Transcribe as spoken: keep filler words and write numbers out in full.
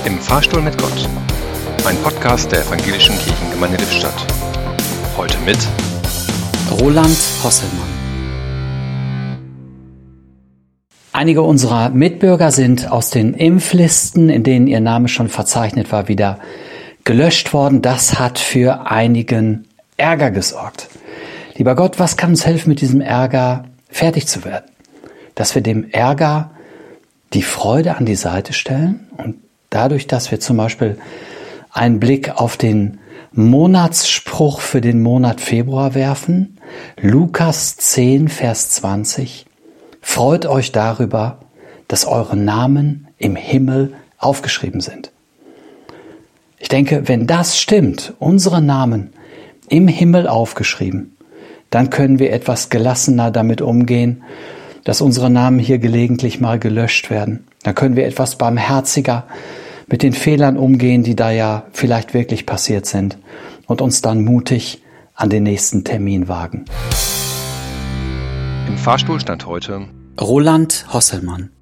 Im Fahrstuhl mit Gott. Ein Podcast der Evangelischen Kirchengemeinde Lippstadt. Heute mit Roland Hosselmann. Einige unserer Mitbürger sind aus den Impflisten, in denen ihr Name schon verzeichnet war, wieder gelöscht worden. Das hat für einigen Ärger gesorgt. Lieber Gott, was kann uns helfen, mit diesem Ärger fertig zu werden? Dass wir dem Ärger die Freude an die Seite stellen und dadurch, dass wir zum Beispiel einen Blick auf den Monatsspruch für den Monat Februar werfen, Lukas zehn, Vers zwanzig, freut euch darüber, dass eure Namen im Himmel aufgeschrieben sind. Ich denke, wenn das stimmt, unsere Namen im Himmel aufgeschrieben, dann können wir etwas gelassener damit umgehen, dass unsere Namen hier gelegentlich mal gelöscht werden. Dann können wir etwas barmherziger mit den Fehlern umgehen, die da ja vielleicht wirklich passiert sind, und uns dann mutig an den nächsten Termin wagen. im Fahrstuhl stand heute Roland Hosselmann.